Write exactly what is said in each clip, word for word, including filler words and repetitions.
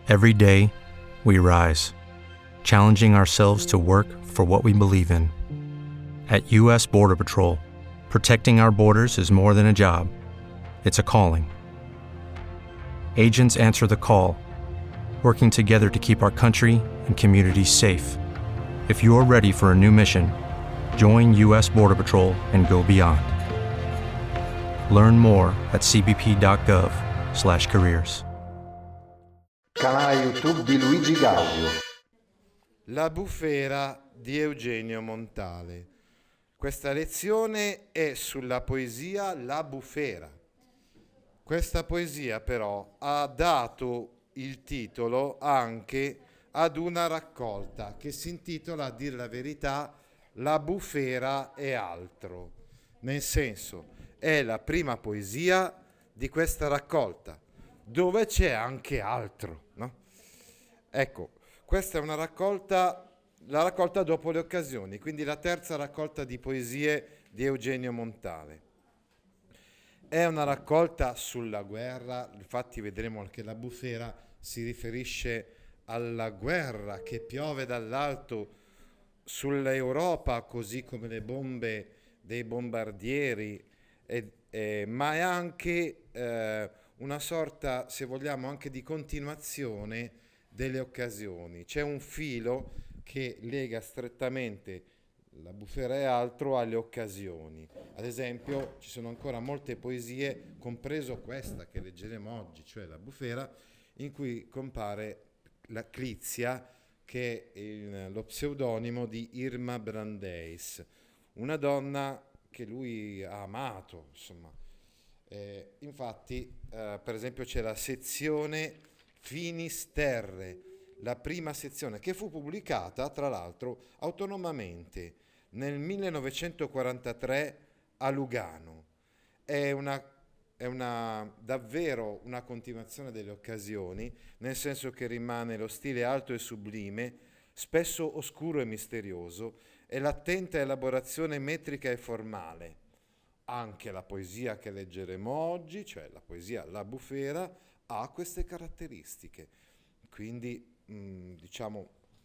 Every day, we rise, challenging ourselves to work for what we believe in. At U S Border Patrol, protecting our borders is more than a job, it's a calling. Agents answer the call, working together to keep our country and communities safe. If you are ready for a new mission, join U S Border Patrol and go beyond. Learn more at c b p dot gov slash careers. Canale YouTube di Luigi Gaudio. La bufera di Eugenio Montale. Questa lezione è sulla poesia La bufera. Questa poesia però ha dato il titolo anche ad una raccolta che si intitola, a dire la verità, La bufera e altro. Nel senso, è la prima poesia di questa raccolta, dove c'è anche altro, no? Ecco, questa è una raccolta, la raccolta dopo le occasioni, quindi la terza raccolta di poesie di Eugenio Montale. È una raccolta sulla guerra, infatti vedremo che la bufera si riferisce alla guerra che piove dall'alto sull'Europa, così come le bombe dei bombardieri, e, e, ma è anche eh, una sorta, se vogliamo, anche di continuazione delle occasioni. C'è un filo che lega strettamente la bufera e altro alle occasioni. Ad esempio, ci sono ancora molte poesie, compreso questa che leggeremo oggi, cioè La bufera, in cui compare la Clizia, che è il, lo pseudonimo di Irma Brandeis, una donna che lui ha amato, insomma. Eh, infatti, eh, per esempio, c'è la sezione Finisterre, la prima sezione, che fu pubblicata, tra l'altro, autonomamente nel millenovecentoquarantatré a Lugano. È una, è una, davvero una continuazione delle occasioni, nel senso che rimane lo stile alto e sublime, spesso oscuro e misterioso, e l'attenta elaborazione metrica e formale. Anche la poesia che leggeremo oggi, cioè la poesia La bufera, ha queste caratteristiche. Quindi, mh, diciamo,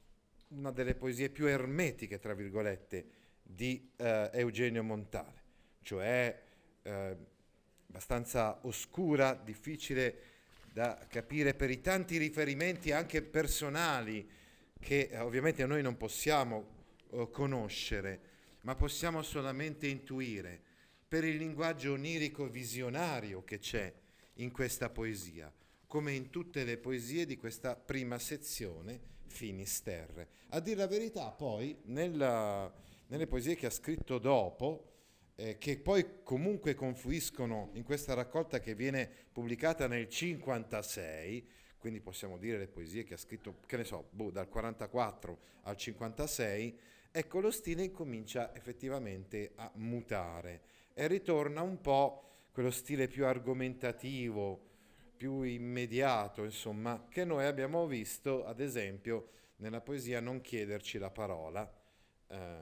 una delle poesie più ermetiche, tra virgolette, di eh, Eugenio Montale, cioè eh, abbastanza oscura, difficile da capire per i tanti riferimenti anche personali che eh, ovviamente noi non possiamo eh, conoscere, ma possiamo solamente intuire, per il linguaggio onirico visionario che c'è in questa poesia, come in tutte le poesie di questa prima sezione Finisterre. A dire la verità, poi, nella, nelle poesie che ha scritto dopo, eh, che poi comunque confluiscono in questa raccolta che viene pubblicata nel cinquantasei, quindi possiamo dire le poesie che ha scritto, che ne so, boh, dal quarantaquattro al cinquantasei, ecco, lo stile incomincia effettivamente a mutare e ritorna un po' quello stile più argomentativo, più immediato, insomma, che noi abbiamo visto, ad esempio, nella poesia Non chiederci la parola. Eh,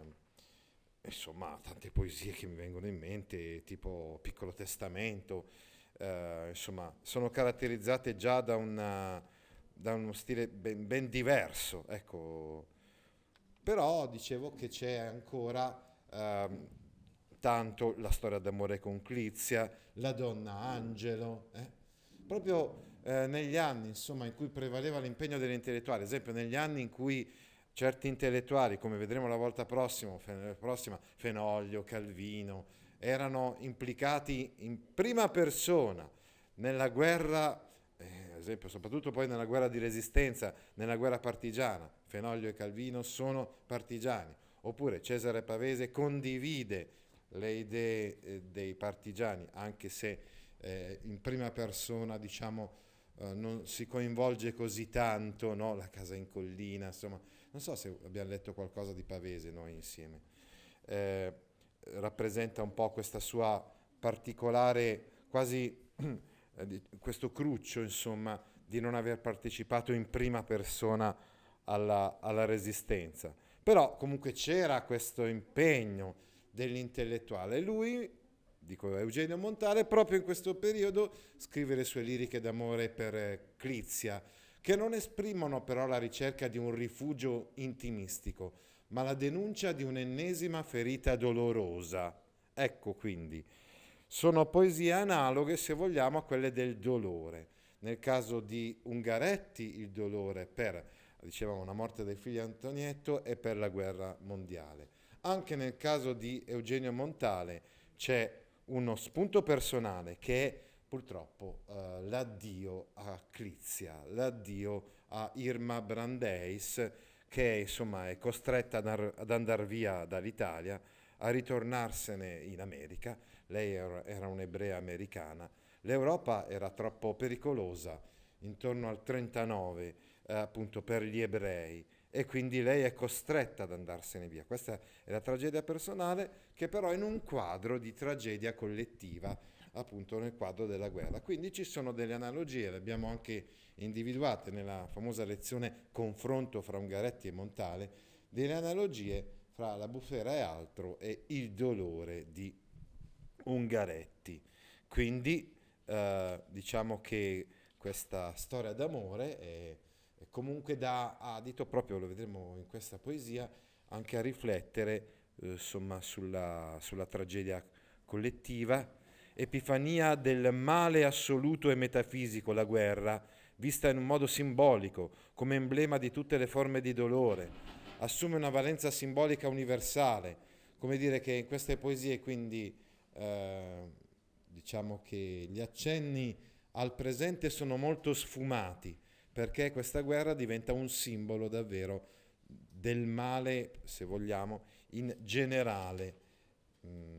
insomma, tante poesie che mi vengono in mente, tipo Piccolo Testamento, eh, insomma, sono caratterizzate già da, una, da uno stile ben, ben diverso, ecco. Però dicevo che c'è ancora ehm, tanto la storia d'amore con Clizia, La donna angelo, eh? Proprio eh, negli anni, insomma, in cui prevaleva l'impegno degli intellettuali, ad esempio negli anni in cui certi intellettuali, come vedremo la volta prossima, fe- prossima Fenoglio, Calvino, erano implicati in prima persona nella guerra, eh, ad esempio soprattutto poi nella guerra di resistenza, nella guerra partigiana. Fenoglio e Calvino sono partigiani, oppure Cesare Pavese condivide le idee eh, dei partigiani, anche se eh, in prima persona, diciamo, eh, non si coinvolge così tanto, no? La casa in collina, insomma, non so se abbiamo letto qualcosa di Pavese noi insieme. Eh, rappresenta un po' questa sua particolare, quasi eh, questo cruccio, insomma, di non aver partecipato in prima persona alla, alla resistenza. Però comunque c'era questo impegno dell'intellettuale. Lui, dico Eugenio Montale, proprio in questo periodo scrive le sue liriche d'amore per eh, Clizia, che non esprimono però la ricerca di un rifugio intimistico, ma la denuncia di un'ennesima ferita dolorosa. Ecco quindi, sono poesie analoghe, se vogliamo, a quelle del dolore. Nel caso di Ungaretti il dolore per, dicevamo, una morte del figlio Antonietto e per la guerra mondiale. Anche nel caso di Eugenio Montale c'è uno spunto personale che è purtroppo eh, l'addio a Clizia, l'addio a Irma Brandeis, che insomma è costretta ad, ar- ad andare via dall'Italia, a ritornarsene in America. Lei era, era un'ebrea americana. L'Europa era troppo pericolosa intorno al trentanove, eh, appunto per gli ebrei, e quindi lei è costretta ad andarsene via. Questa è la tragedia personale, che però è in un quadro di tragedia collettiva, appunto nel quadro della guerra. Quindi ci sono delle analogie, le abbiamo anche individuate nella famosa lezione Confronto fra Ungaretti e Montale, delle analogie fra la bufera e altro e il dolore di Ungaretti. Quindi eh, diciamo che questa storia d'amore è, è comunque dà adito, proprio lo vedremo in questa poesia, anche a riflettere eh, insomma sulla, sulla tragedia collettiva. Epifania del male assoluto e metafisico, la guerra, vista in un modo simbolico, come emblema di tutte le forme di dolore, assume una valenza simbolica universale, come dire che in queste poesie quindi eh, diciamo che gli accenni al presente sono molto sfumati, perché questa guerra diventa un simbolo davvero del male, se vogliamo, in generale. Mm.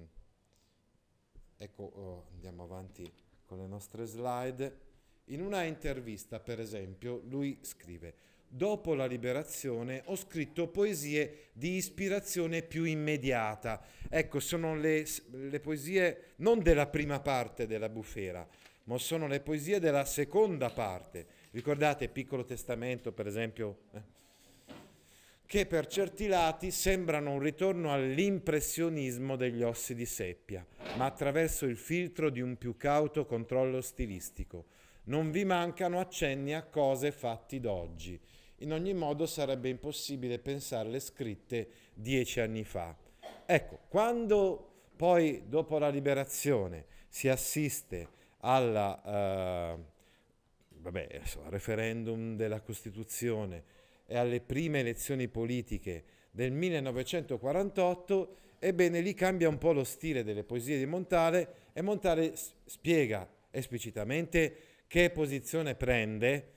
Ecco, oh, andiamo avanti con le nostre slide. In una intervista, per esempio, lui scrive: dopo la liberazione ho scritto poesie di ispirazione più immediata. Ecco, sono le, le poesie non della prima parte della bufera, ma sono le poesie della seconda parte. Ricordate Piccolo Testamento, per esempio? Eh? Che per certi lati sembrano un ritorno all'impressionismo degli Ossi di Seppia, ma attraverso il filtro di un più cauto controllo stilistico. Non vi mancano accenni a cose fatti d'oggi. In ogni modo sarebbe impossibile pensarle scritte dieci anni fa. Ecco, quando poi dopo la liberazione si assiste alla, uh, vabbè, al referendum della Costituzione e alle prime elezioni politiche del millenovecentoquarantotto, ebbene lì cambia un po' lo stile delle poesie di Montale e Montale spiega esplicitamente che posizione prende.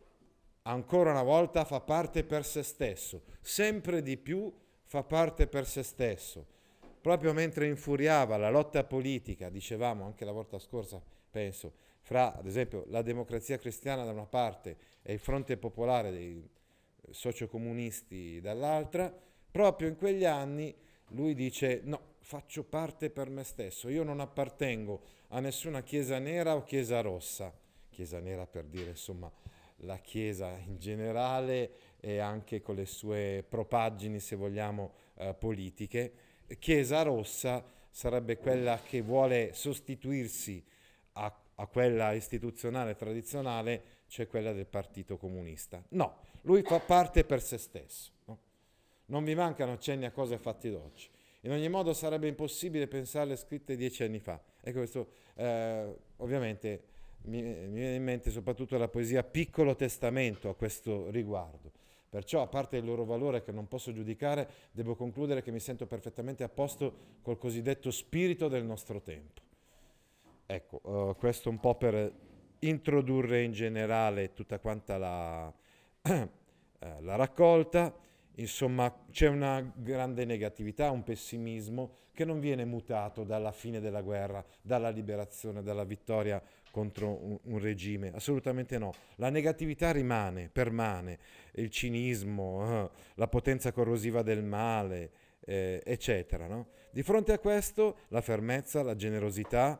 Ancora una volta fa parte per se stesso, sempre di più fa parte per se stesso. Proprio mentre infuriava la lotta politica, dicevamo anche la volta scorsa, penso, fra ad esempio la Democrazia Cristiana da una parte e il Fronte Popolare dei sociocomunisti dall'altra, proprio in quegli anni lui dice: no, faccio parte per me stesso, io non appartengo a nessuna chiesa nera o chiesa rossa, chiesa nera per dire insomma la chiesa in generale e anche con le sue propaggini, se vogliamo, eh, politiche. Chiesa rossa sarebbe quella che vuole sostituirsi a, a quella istituzionale tradizionale, cioè quella del Partito Comunista. No, lui fa parte per se stesso. No? Non vi mancano accenni a cose fatte d'oggi. In ogni modo sarebbe impossibile pensarle scritte dieci anni fa. Ecco, questo eh, ovviamente mi, mi viene in mente soprattutto la poesia Piccolo Testamento a questo riguardo. Perciò, a parte il loro valore che non posso giudicare, devo concludere che mi sento perfettamente a posto col cosiddetto spirito del nostro tempo. Ecco, uh, questo un po' per introdurre in generale tutta quanta la, eh, la raccolta. Insomma, c'è una grande negatività, un pessimismo che non viene mutato dalla fine della guerra, dalla liberazione, dalla vittoria contro un, un regime. Assolutamente no. La negatività rimane, permane, il cinismo, eh, la potenza corrosiva del male, eh, eccetera. No? Di fronte a questo, la fermezza, la generosità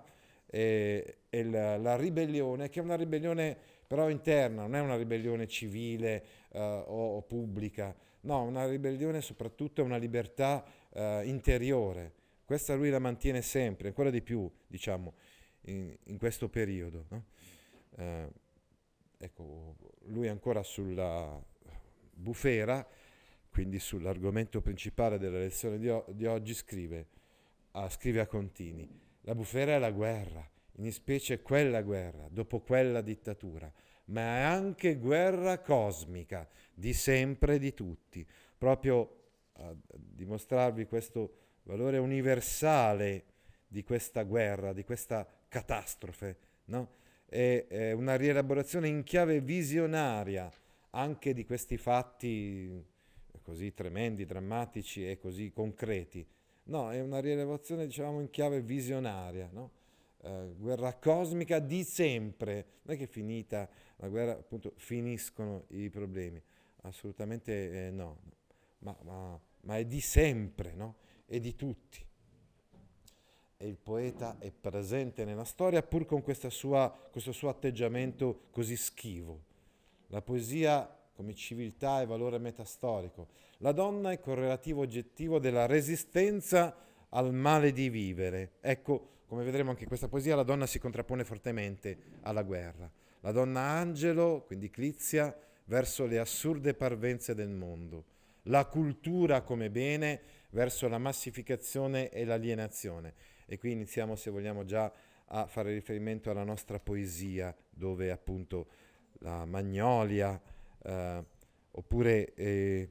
e, e la, la ribellione, che è una ribellione però interna, non è una ribellione civile eh, o, o pubblica. No, una ribellione soprattutto è una libertà eh, interiore. Questa lui la mantiene sempre, ancora di più, diciamo, in, in questo periodo. No? Eh, ecco, lui ancora sulla bufera, quindi sull'argomento principale della lezione di, o- di oggi, scrive a, scrive a Contini: la bufera è la guerra, in specie quella guerra, dopo quella dittatura, ma è anche guerra cosmica, di sempre e di tutti, proprio a dimostrarvi questo valore universale di questa guerra, di questa catastrofe, no? È, è una rielaborazione in chiave visionaria anche di questi fatti così tremendi, drammatici e così concreti. No, è una rielaborazione, diciamo, in chiave visionaria, no? Eh, guerra cosmica di sempre, non è che è finita la guerra, appunto, finiscono i problemi, assolutamente eh, no, ma, ma, ma è di sempre, no? È di tutti. E il poeta è presente nella storia pur con questa sua, questo suo atteggiamento così schivo. La poesia come civiltà e valore metastorico. La donna è correlativo oggettivo della resistenza al male di vivere. Ecco, come vedremo anche in questa poesia, la donna si contrappone fortemente alla guerra. La donna angelo, quindi Clizia, verso le assurde parvenze del mondo. La cultura come bene verso la massificazione e l'alienazione. E qui iniziamo, se vogliamo, già a fare riferimento alla nostra poesia, dove appunto la Magnolia, eh, oppure eh,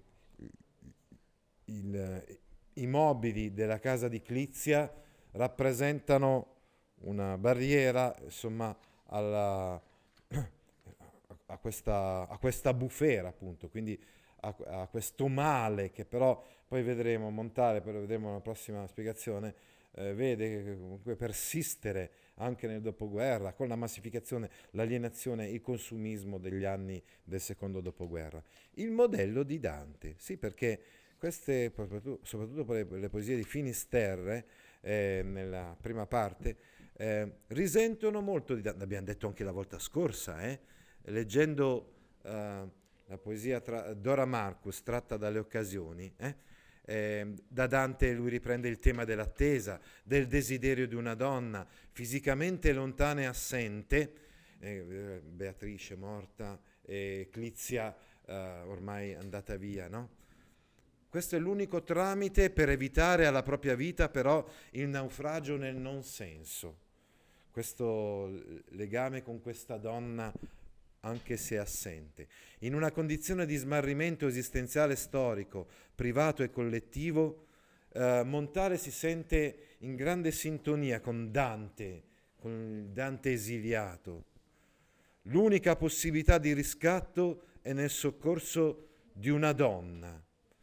il, i mobili della casa di Clizia rappresentano una barriera, insomma, alla, a, questa, a questa bufera, appunto, quindi a, a questo male che però poi vedremo montare, poi lo vedremo nella prossima spiegazione, eh, vede che comunque persistere anche nel dopoguerra, con la massificazione, l'alienazione, il consumismo degli anni del secondo dopoguerra. Il modello di Dante, sì, perché queste, soprattutto per le, le poesie di Finisterre, eh, nella prima parte, eh, risentono molto di Dante, l'abbiamo detto anche la volta scorsa, eh, leggendo eh, la poesia tra, Dora Marcus, tratta dalle occasioni, eh, Eh, da Dante lui riprende il tema dell'attesa, del desiderio di una donna fisicamente lontana e assente, eh, Beatrice morta, e Clizia eh, ormai andata via, no? Questo è l'unico tramite per evitare alla propria vita però il naufragio nel non senso, questo legame con questa donna anche se assente. In una condizione di smarrimento esistenziale storico, privato e collettivo, eh, Montale si sente in grande sintonia con Dante, con il Dante esiliato. L'unica possibilità di riscatto è nel soccorso di una donna.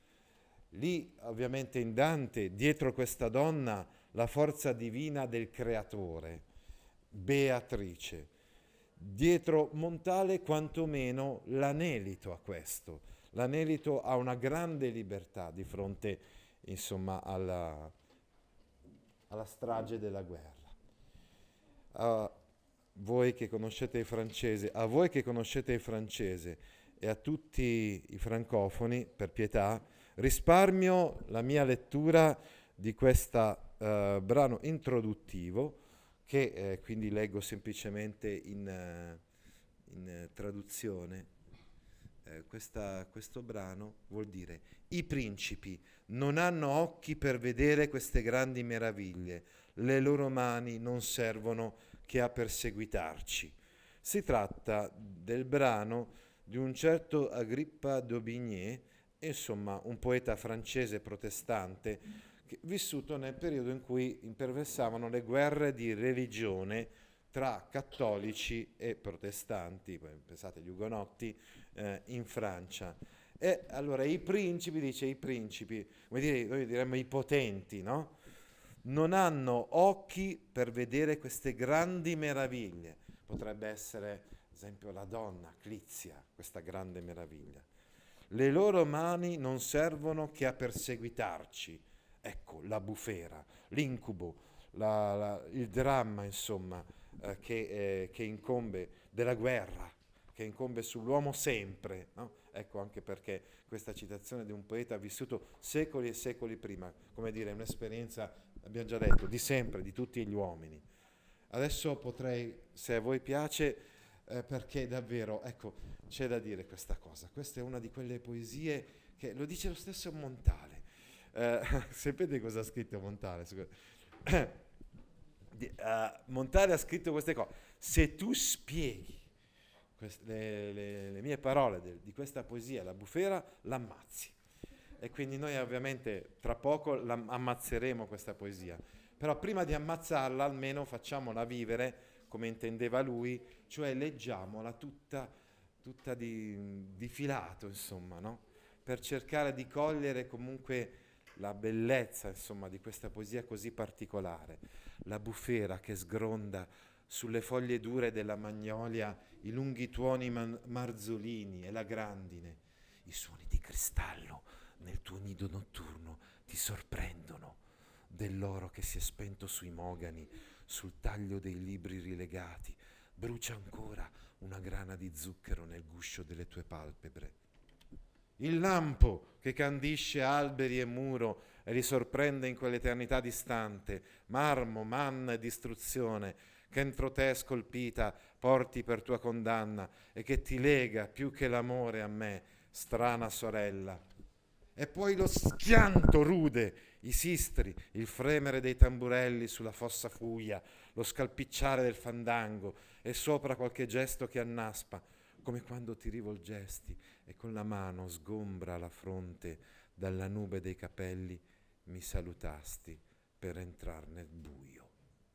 Lì, ovviamente, in Dante, dietro questa donna, la forza divina del creatore, Beatrice. Dietro Montale quantomeno l'anelito a questo, l'anelito a una grande libertà di fronte, insomma, alla, alla strage della guerra. A voi che conoscete il francese, a voi che conoscete il francese e a tutti i francofoni, per pietà, risparmio la mia lettura di questo uh, brano introduttivo, che eh, quindi leggo semplicemente in, uh, in uh, traduzione. Eh, questa, questo brano vuol dire: i principi non hanno occhi per vedere queste grandi meraviglie, le loro mani non servono che a perseguitarci. Si tratta del brano di un certo Agrippa d'Aubigné, insomma un poeta francese protestante vissuto nel periodo in cui imperversavano le guerre di religione tra cattolici e protestanti, pensate agli ugonotti, eh, in Francia. E allora i principi, dice i principi, come dire, noi diremmo i potenti, no? Non hanno occhi per vedere queste grandi meraviglie. Potrebbe essere, ad esempio, la donna, Clizia, questa grande meraviglia. Le loro mani non servono che a perseguitarci. Ecco, la bufera, l'incubo, la, la, il dramma, insomma, eh, che, eh, che incombe della guerra, che incombe sull'uomo sempre, no? Ecco anche perché questa citazione di un poeta vissuto secoli e secoli prima, come dire, un'esperienza, abbiamo già detto, di sempre, di tutti gli uomini. Adesso potrei, se a voi piace, eh, perché davvero, ecco, c'è da dire questa cosa. Questa è una di quelle poesie che lo dice lo stesso Montale. Eh, sapete cosa ha scritto Montale? Di, uh, Montale ha scritto queste cose. Se tu spieghi queste, le, le, le mie parole de, di questa poesia, la bufera, l'ammazzi. E quindi noi ovviamente tra poco ammazzeremo questa poesia. Però prima di ammazzarla almeno facciamola vivere come intendeva lui, cioè leggiamola tutta, tutta di, di filato, insomma, no? Per cercare di cogliere comunque la bellezza, insomma, di questa poesia così particolare. La bufera che sgronda sulle foglie dure della magnolia i lunghi tuoni man- marzolini e la grandine. I suoni di cristallo nel tuo nido notturno ti sorprendono, dell'oro che si è spento sui mogani, sul taglio dei libri rilegati. Brucia ancora una grana di zucchero nel guscio delle tue palpebre. Il lampo che candisce alberi e muro e li sorprende in quell'eternità distante, marmo, manna e distruzione, che entro te scolpita porti per tua condanna e che ti lega più che l'amore a me, strana sorella. E poi lo schianto rude, i sistri, il fremere dei tamburelli sulla fossa fuia, lo scalpicciare del fandango e sopra qualche gesto che annaspa, come quando ti rivolgesti e con la mano sgombra la fronte dalla nube dei capelli mi salutasti per entrar nel buio.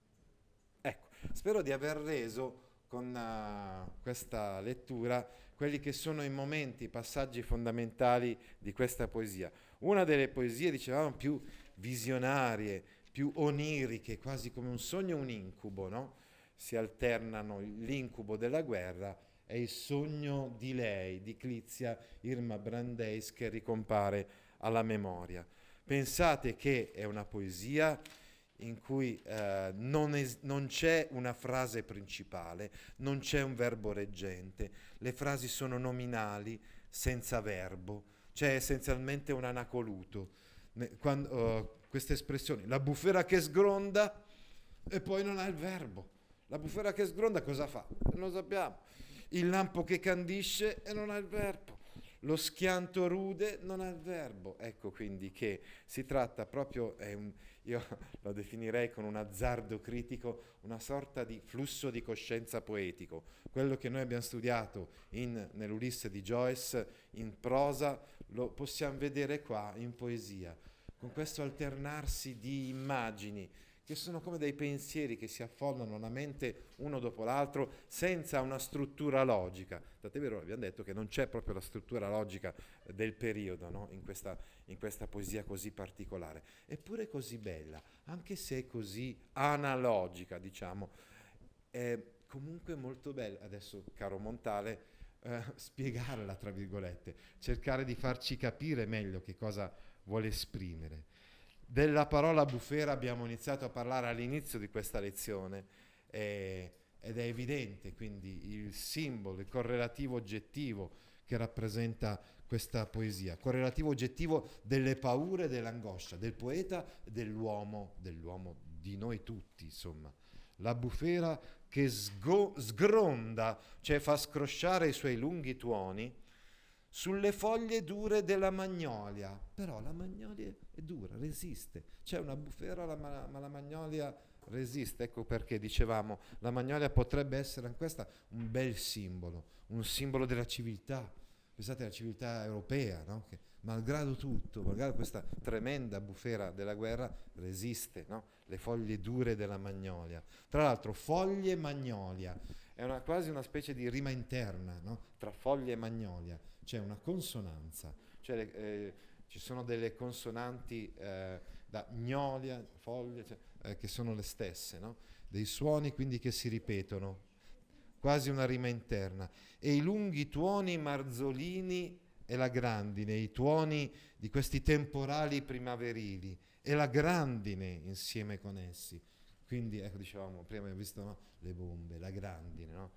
Ecco, spero di aver reso con uh, questa lettura quelli che sono i momenti, i passaggi fondamentali di questa poesia. Una delle poesie, dicevamo, più visionarie, più oniriche, quasi come un sogno e un incubo, no? Si alternano l'incubo della guerra e il sogno di lei, di Clizia Irma Brandeis, che ricompare alla memoria. Pensate che è una poesia in cui eh, non, es- non c'è una frase principale, non c'è un verbo reggente, le frasi sono nominali, senza verbo, c'è essenzialmente un anacoluto. Ne- quando, uh, queste espressioni, la bufera che sgronda e poi non ha il verbo. La bufera che sgronda cosa fa? Non lo sappiamo. Il lampo che candisce e non ha il verbo. Lo schianto rude non ha il verbo. Ecco quindi che si tratta proprio, è un, io lo definirei con un azzardo critico, una sorta di flusso di coscienza poetico. Quello che noi abbiamo studiato in, nell'Ulisse di Joyce in prosa lo possiamo vedere qua in poesia, con questo alternarsi di immagini che sono come dei pensieri che si affollano la mente uno dopo l'altro senza una struttura logica. Tant'è vero, abbiamo detto che non c'è proprio la struttura logica del periodo, no? in, questa, in questa poesia così particolare. Eppure così bella, anche se è così analogica, diciamo, è comunque molto bella. Adesso, caro Montale, eh, spiegarla, tra virgolette, cercare di farci capire meglio che cosa vuole esprimere. Della parola bufera abbiamo iniziato a parlare all'inizio di questa lezione eh, ed è evidente quindi il simbolo, il correlativo oggettivo che rappresenta questa poesia, correlativo oggettivo delle paure e dell'angoscia del poeta e dell'uomo, dell'uomo di noi tutti, insomma. La bufera che sgo- sgronda, cioè fa scrosciare i suoi lunghi tuoni sulle foglie dure della magnolia. Però la magnolia è dura, resiste. C'è una bufera, ma, ma la magnolia resiste. Ecco perché dicevamo, la magnolia potrebbe essere anche questa un bel simbolo, un simbolo della civiltà. Pensate alla civiltà europea, no? Che malgrado tutto, malgrado questa tremenda bufera della guerra, resiste, no? Le foglie dure della magnolia. Tra l'altro, foglie e magnolia è una, quasi una specie di rima interna, no? Tra foglie e magnolia. C'è una consonanza, cioè eh, ci sono delle consonanti eh, da gnolia, foglie, cioè, eh, che sono le stesse, no? Dei suoni quindi che si ripetono, quasi una rima interna. E i lunghi tuoni marzolini e la grandine, i tuoni di questi temporali primaverili e la grandine insieme con essi. Quindi, ecco, dicevamo, prima abbiamo visto, no? Le bombe, la grandine, no?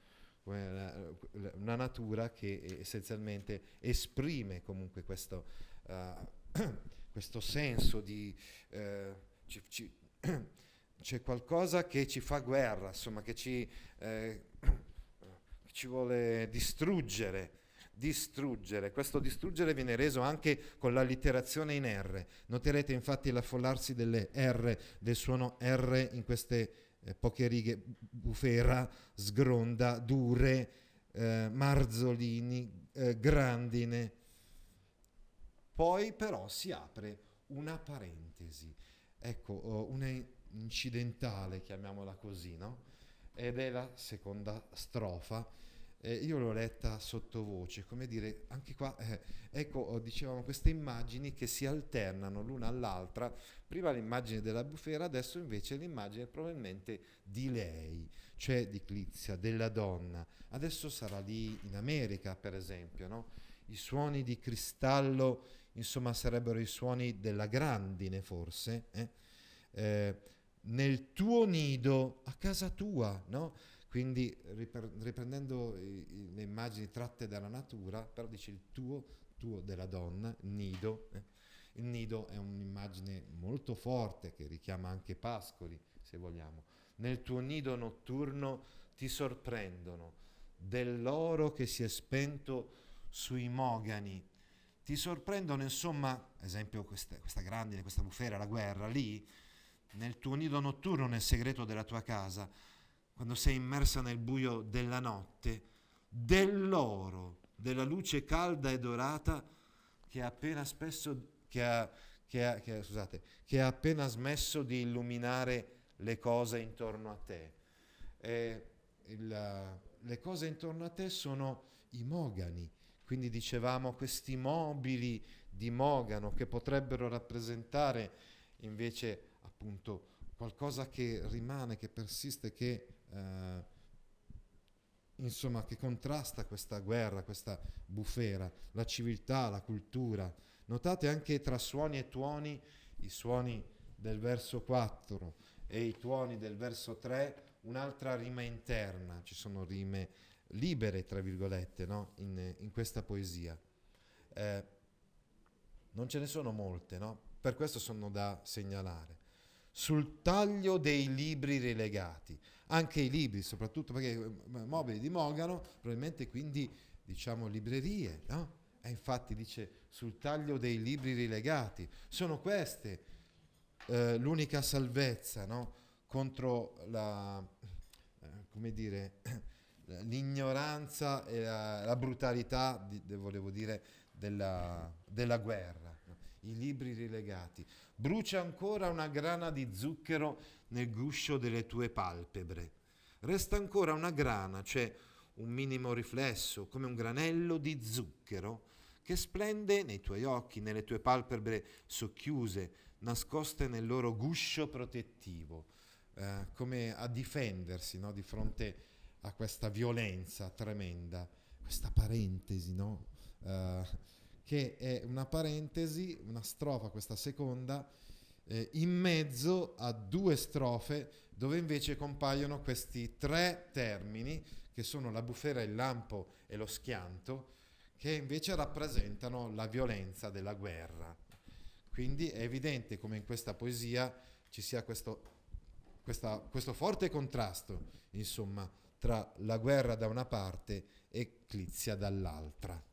Una natura che essenzialmente esprime comunque questo, uh, questo senso di uh, ci, ci, c'è qualcosa che ci fa guerra, insomma, che ci, eh, ci vuole distruggere, distruggere. Questo distruggere viene reso anche con l'allitterazione in R. Noterete infatti l'affollarsi delle R, del suono R in queste eh, poche righe: bufera, sgronda, dure, eh, marzolini, eh, grandine. Poi però si apre una parentesi, ecco, una incidentale, chiamiamola così, no? Ed è la seconda strofa. Eh, io l'ho letta sottovoce, come dire, anche qua, eh, ecco, dicevamo, queste immagini che si alternano l'una all'altra, prima l'immagine della bufera, adesso invece l'immagine probabilmente di lei, cioè di Clizia, della donna. Adesso sarà lì in America, per esempio, no? I suoni di cristallo, insomma, sarebbero i suoni della grandine, forse, eh? Eh, nel tuo nido, a casa tua, no? Quindi riprendendo i, i, le immagini tratte dalla natura, però dice il tuo, tuo della donna, il nido. Eh? Il nido è un'immagine molto forte che richiama anche Pascoli, se vogliamo. Nel tuo nido notturno ti sorprendono dell'oro che si è spento sui mogani. Ti sorprendono, insomma, esempio questa, questa grandine, questa bufera, la guerra, lì, nel tuo nido notturno, nel segreto della tua casa, quando sei immersa nel buio della notte, dell'oro, della luce calda e dorata che ha appena spesso, che ha, che ha, che, scusate, che ha appena smesso di illuminare le cose intorno a te. E il, le cose intorno a te sono i mogani, quindi dicevamo questi mobili di mogano che potrebbero rappresentare invece appunto qualcosa che rimane, che persiste, che eh, insomma che contrasta questa guerra, questa bufera, la civiltà, la cultura. Notate anche tra suoni e tuoni, i suoni del verso quattro e i tuoni del verso tre, un'altra rima interna, ci sono rime libere, tra virgolette, no? in, in questa poesia. Eh, non ce ne sono molte, no? Per questo sono da segnalare. Sul taglio dei libri relegati, anche i libri, soprattutto perché mobili di mogano, probabilmente quindi diciamo librerie, no? E infatti dice sul taglio dei libri relegati. Sono queste eh, l'unica salvezza, no? Contro la, eh, come dire, l'ignoranza e la, la brutalità, di, de, volevo dire, della, della guerra. No? I libri relegati. Brucia ancora una grana di zucchero nel guscio delle tue palpebre. Resta ancora una grana, cioè un minimo riflesso, come un granello di zucchero, che splende nei tuoi occhi, nelle tue palpebre socchiuse, nascoste nel loro guscio protettivo, eh, come a difendersi, no? Di fronte a questa violenza tremenda, questa parentesi, no? Uh, che è una parentesi, una strofa, questa seconda, eh, in mezzo a due strofe dove invece compaiono questi tre termini che sono la bufera, il lampo e lo schianto, che invece rappresentano la violenza della guerra. Quindi è evidente come in questa poesia ci sia questo, questa, questo forte contrasto, insomma, tra la guerra da una parte e Clizia dall'altra.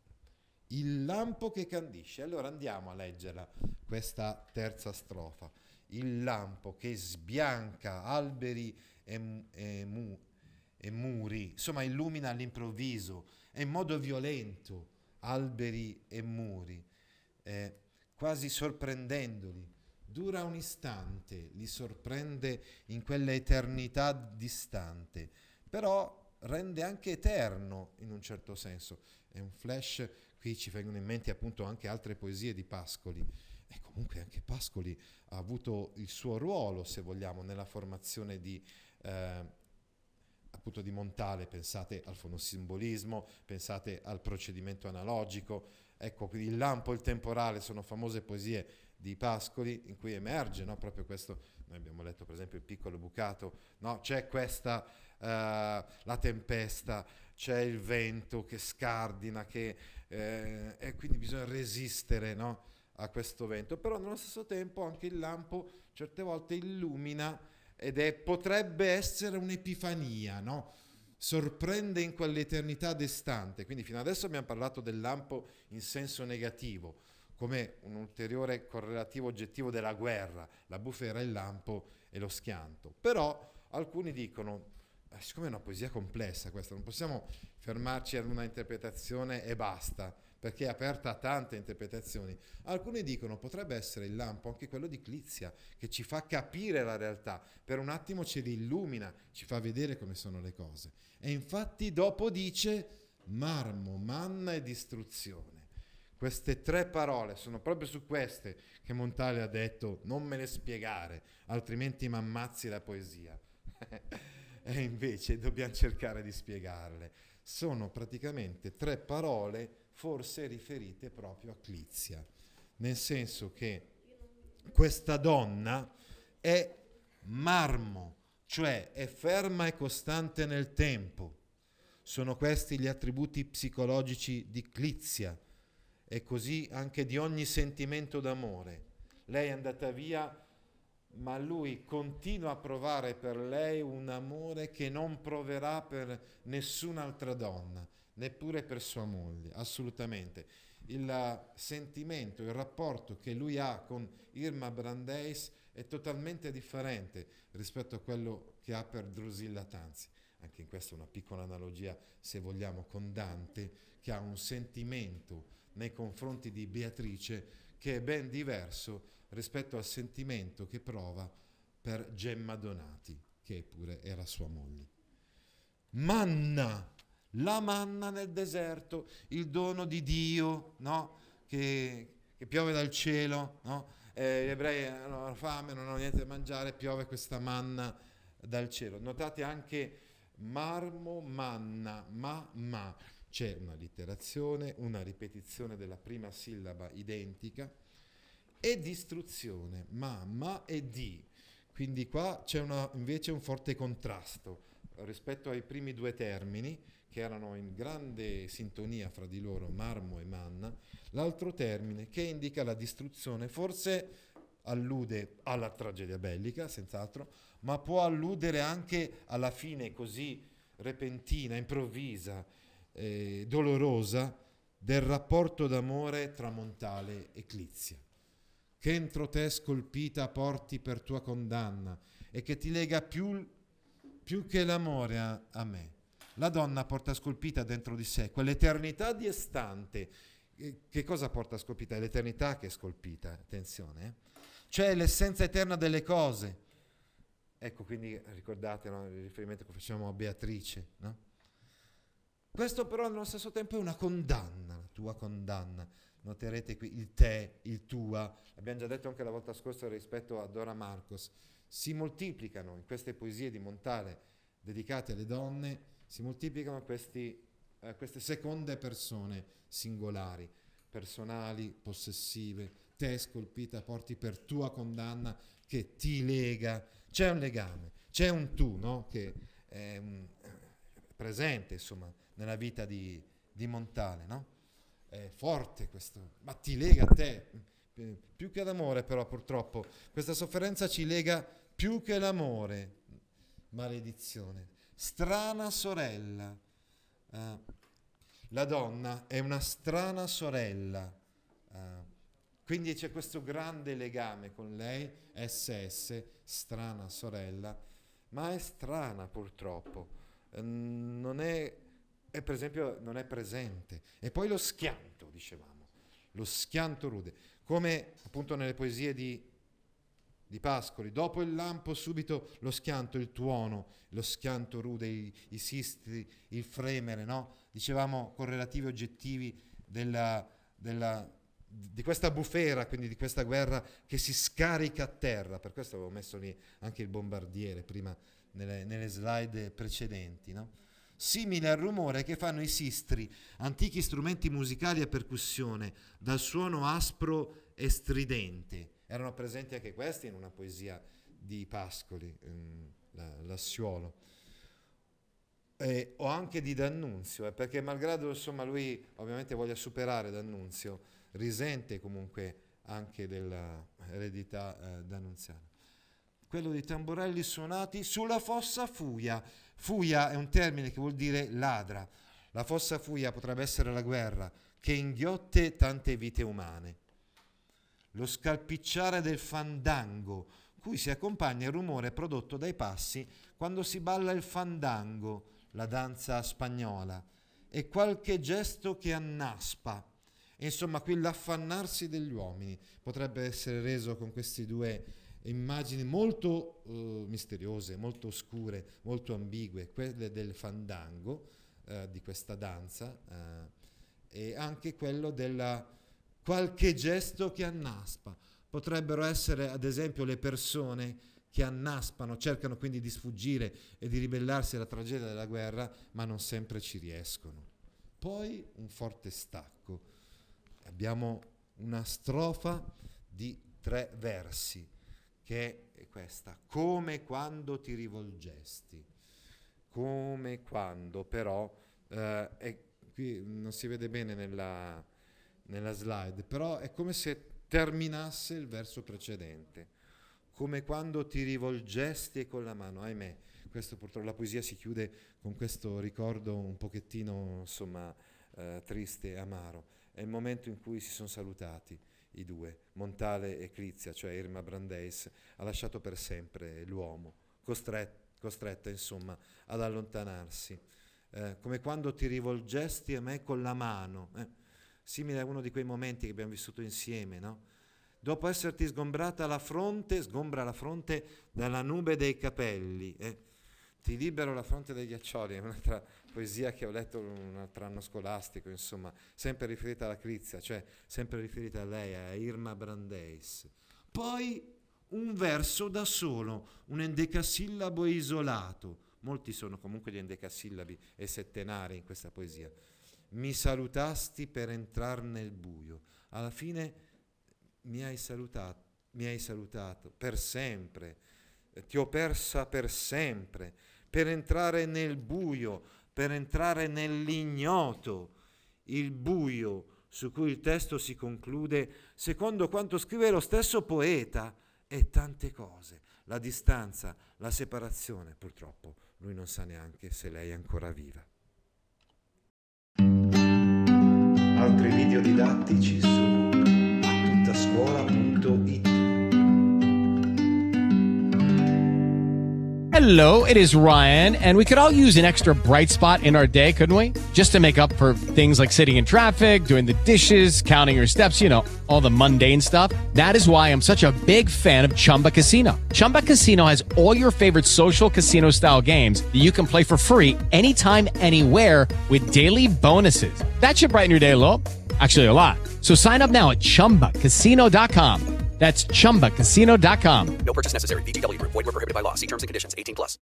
Il lampo che candisce. Allora andiamo a leggerla, questa terza strofa. Il lampo che sbianca alberi e, e, mu, e muri, insomma illumina all'improvviso e in modo violento alberi e muri, eh, quasi sorprendendoli. Dura un istante, li sorprende in quella eternità distante, però rende anche eterno in un certo senso. È un flash. Qui ci vengono in mente appunto anche altre poesie di Pascoli, e comunque anche Pascoli ha avuto il suo ruolo, se vogliamo, nella formazione di, eh, appunto di Montale. Pensate al fonosimbolismo, pensate al procedimento analogico. Ecco, quindi il lampo e il temporale sono famose poesie di Pascoli in cui emerge, no, proprio questo. Noi abbiamo letto per esempio Il piccolo bucato, no? C'è questa, uh, la tempesta, c'è il vento che scardina, che, eh, e quindi bisogna resistere, no, a questo vento. Però nello stesso tempo anche il lampo certe volte illumina ed è, potrebbe essere un'epifania, no? sorprende in quell'eternità distante. Quindi fino adesso abbiamo parlato del lampo in senso negativo, come un ulteriore correlativo oggettivo della guerra, la bufera, il lampo e lo schianto. Però alcuni dicono, eh, siccome è una poesia complessa questa, non possiamo fermarci ad una interpretazione e basta, perché è aperta a tante interpretazioni. Alcuni dicono potrebbe essere il lampo anche quello di Clizia, che ci fa capire la realtà, per un attimo ci illumina, ci fa vedere come sono le cose. E infatti dopo dice marmo, manna e distruzione. Queste tre parole sono proprio su queste che Montale ha detto non me le spiegare, altrimenti mi ammazzi la poesia. E invece dobbiamo cercare di spiegarle. Sono praticamente tre parole forse riferite proprio a Clizia, nel senso che questa donna è marmo, cioè è ferma e costante nel tempo. Sono questi gli attributi psicologici di Clizia, e così anche di ogni sentimento d'amore. Lei è andata via, ma lui continua a provare per lei un amore che non proverà per nessun'altra donna, neppure per sua moglie, assolutamente. Il sentimento, il rapporto che lui ha con Irma Brandeis è totalmente differente rispetto a quello che ha per Drusilla Tanzi. Anche in questa una piccola analogia, se vogliamo, con Dante, che ha un sentimento nei confronti di Beatrice che è ben diverso rispetto al sentimento che prova per Gemma Donati, che pure era sua moglie. Manna, la manna nel deserto, il dono di Dio, no? che, che piove dal cielo, no? eh, gli ebrei hanno fame, non hanno niente da mangiare, piove questa manna dal cielo. Notate anche marmo, manna, ma, ma. C'è una litterazione, una ripetizione della prima sillaba identica, e distruzione, ma, ma e di. Quindi qua c'è una, invece un forte contrasto rispetto ai primi due termini, che erano in grande sintonia fra di loro, marmo e manna. L'altro termine che indica la distruzione forse allude alla tragedia bellica, senz'altro, ma può alludere anche alla fine così repentina, improvvisa, Eh, dolorosa del rapporto d'amore tra Montale e Clizia, che entro te scolpita porti per tua condanna e che ti lega più, più che l'amore a, a me. La donna porta scolpita dentro di sé quell'eternità di estante. Eh, che cosa porta scolpita? È l'eternità che è scolpita, attenzione, eh? Cioè l'essenza eterna delle cose. Ecco, quindi ricordate, no, il riferimento che facciamo a Beatrice, no? Questo però allo stesso tempo è una condanna, la tua condanna. Noterete qui il te, il tua, l'abbiamo già detto anche la volta scorsa rispetto a Dora Marcos. Si moltiplicano in queste poesie di Montale dedicate alle donne, si moltiplicano questi, eh, queste seconde persone singolari, personali, possessive. Te scolpita porti per tua condanna che ti lega. C'è un legame, c'è un tu, no? Che è um, presente, insomma, nella vita di, di Montale, no? È forte questo, ma ti lega a te, più che l'amore però purtroppo, questa sofferenza ci lega più che l'amore, maledizione, strana sorella, uh, la donna è una strana sorella, uh, quindi c'è questo grande legame con lei, S S, strana sorella, ma è strana purtroppo, uh, non è... E per esempio non è presente. E poi lo schianto, dicevamo, lo schianto rude, come appunto nelle poesie di, di Pascoli, dopo il lampo subito lo schianto, il tuono, lo schianto rude, i, i sistri, il fremere, no? Dicevamo correlativi oggettivi della, della, di questa bufera, quindi di questa guerra che si scarica a terra. Per questo avevo messo lì anche il bombardiere prima nelle, nelle slide precedenti, no? Simile al rumore che fanno i sistri, antichi strumenti musicali a percussione, dal suono aspro e stridente. Erano presenti anche questi in una poesia di Pascoli, ehm, la, l'Assiolo, eh, o anche di D'Annunzio, eh, perché malgrado insomma lui ovviamente voglia superare D'Annunzio, risente comunque anche dell'eredità eh, d'annunziana. quello di tamburelli suonati sulla fossa fuia. Fuia è un termine che vuol dire ladra. La fossa fuia potrebbe essere la guerra che inghiotte tante vite umane. Lo scalpicciare del fandango, cui si accompagna il rumore prodotto dai passi quando si balla il fandango, la danza spagnola, e qualche gesto che annaspa. Insomma, qui l'affannarsi degli uomini potrebbe essere reso con queste due immagini molto uh, misteriose, molto oscure, molto ambigue, quelle del fandango, uh, di questa danza, uh, e anche quello della qualche gesto che annaspa. Potrebbero essere, ad esempio, le persone che annaspano, cercano quindi di sfuggire e di ribellarsi alla tragedia della guerra, ma non sempre ci riescono. Poi un forte stacco. Abbiamo una strofa di tre versi, che è questa: come quando ti rivolgesti. Come quando, però, eh, è, qui non si vede bene nella, nella slide, però è come se terminasse il verso precedente. Come quando ti rivolgesti con la mano. Ahimè, questo purtroppo, la poesia si chiude con questo ricordo un pochettino, insomma, eh, triste e amaro. È il momento in cui si sono salutati i due, Montale e Crizia, cioè Irma Brandeis ha lasciato per sempre l'uomo, costret- costretta insomma ad allontanarsi. Eh, come quando ti rivolgesti a me con la mano, eh, simile a uno di quei momenti che abbiamo vissuto insieme, no? Dopo esserti sgombrata la fronte, sgombra la fronte dalla nube dei capelli, eh. Ti libero la fronte dai ghiaccioli, è un'altra poesia che ho letto un altro anno scolastico, insomma, sempre riferita alla Crizia, cioè sempre riferita a lei, a Irma Brandeis. Poi un verso da solo, un endecasillabo isolato. Molti sono comunque gli endecasillabi e settenari in questa poesia. Mi salutasti per entrar nel buio. Alla fine mi hai salutato, mi hai salutato per sempre. Ti ho persa per sempre, per entrare nel buio, per entrare nell'ignoto, il buio su cui il testo si conclude secondo quanto scrive lo stesso poeta, e tante cose, la distanza, la separazione, purtroppo lui non sa neanche se lei è ancora viva. Altri video didattici su attuttascuola punto it. Hello, it is Ryan, and we could all use an extra bright spot in our day, couldn't we? Just to make up for things like sitting in traffic, doing the dishes, counting your steps, you know, all the mundane stuff. That is why I'm such a big fan of Chumba Casino. Chumba Casino has all your favorite social casino-style games that you can play for free anytime, anywhere with daily bonuses. That should brighten your day a little. Actually, a lot. So sign up now at chumba casino dot com. That's chumba casino dot com. No purchase necessary. V G W Group. Void where prohibited by law. See terms and conditions. eighteen plus.